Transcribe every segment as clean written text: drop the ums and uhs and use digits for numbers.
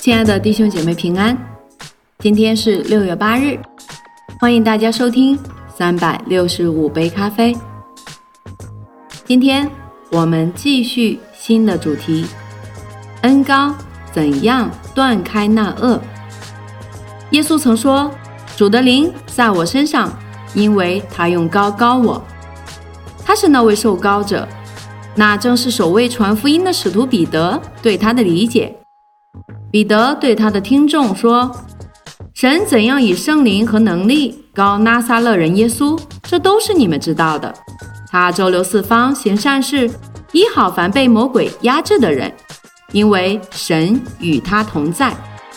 亲爱的弟兄姐妹平安，今天是6月8日，欢迎大家收听365杯咖啡。今天我们继续新的主题，恩膏怎样断开那恶。耶稣曾说，主的灵在我身上，因为他用膏膏我。他是那位受膏者，那正是首位传福音的使徒彼得对他的理解。彼得对他的听众说，神怎样以圣灵和能力膏拿撒勒人耶稣，这都是你们知道的。他周流四方行善事，医好凡被魔鬼压制的人，因为神与他同在。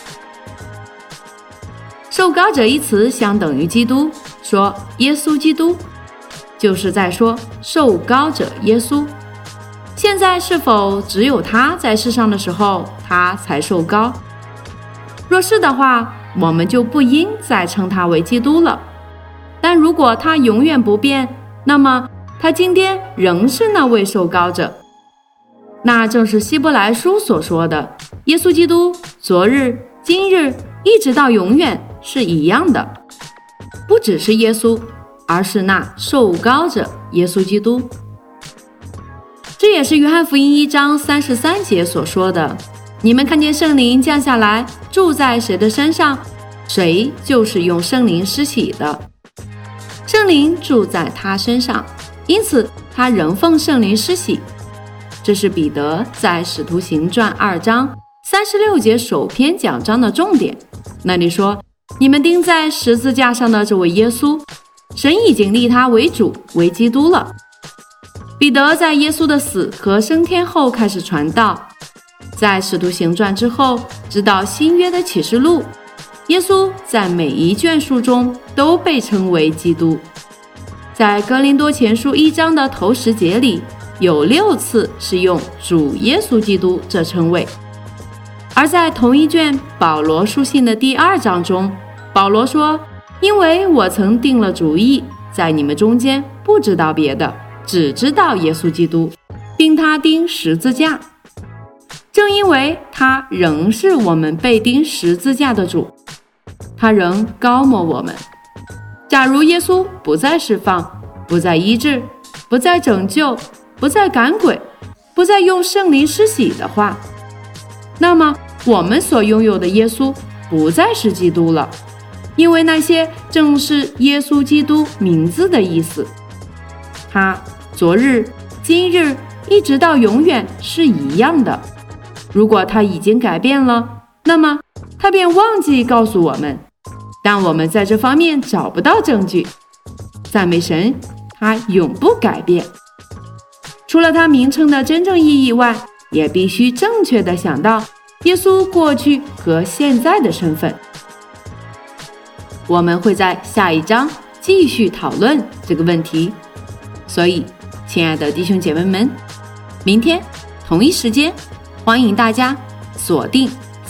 受膏者一词相等于基督，说耶稣基督，就是在说受膏者耶稣。现在是否只有他在世上的时候他才受膏？若是的话，我们就不应再称他为基督了。但如果他永远不变，那么他今天仍是那位受膏者。那正是希伯来书所说的，耶稣基督昨日今日一直到永远是一样的。不只是耶稣，而是那受膏者耶稣基督。这也是约翰福音1章33节所说的，你们看见圣灵降下来住在谁的身上，谁就是用圣灵施洗的。圣灵住在他身上，因此他仍奉圣灵施洗。这是彼得在使徒行传2章36节首篇讲章的重点，那里说，你们钉在十字架上的这位耶稣，神已经立他为主为基督了。彼得在耶稣的死和升天后开始传道，在使徒行传之后，直到新约的启示录，耶稣在每一卷书中都被称为基督。在哥林多前书1章的头10节里，有6次是用主耶稣基督这称谓。而在同一卷保罗书信的第2章中，保罗说，因为我曾定了主意，在你们中间不知道别的，只知道耶稣基督，并他钉十字架。正因为他仍是我们被钉十字架的主，他仍膏抹我们。假如耶稣不再释放，不再医治，不再拯救，不再赶鬼，不再用圣灵施洗的话，那么我们所拥有的耶稣不再是基督了，因为那些正是耶稣基督名字的意思。他昨日今日一直到永远是一样的。如果他已经改变了，那么他便忘记告诉我们，但我们在这方面找不到证据。赞美神，他永不改变。除了他名称的真正意义外，也必须正确地想到耶稣过去和现在的身份。我们会在下一章继续讨论这个问题。所以亲爱的弟兄姐妹们，明天同一时间，欢迎大家锁定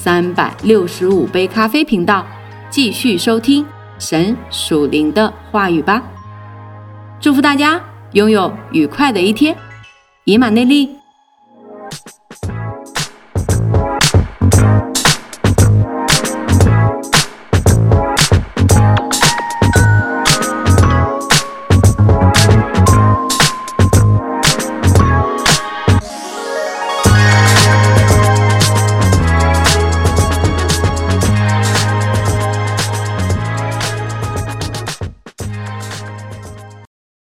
365杯咖啡频道，继续收听神属灵的话语吧。祝福大家拥有愉快的一天，以马内利。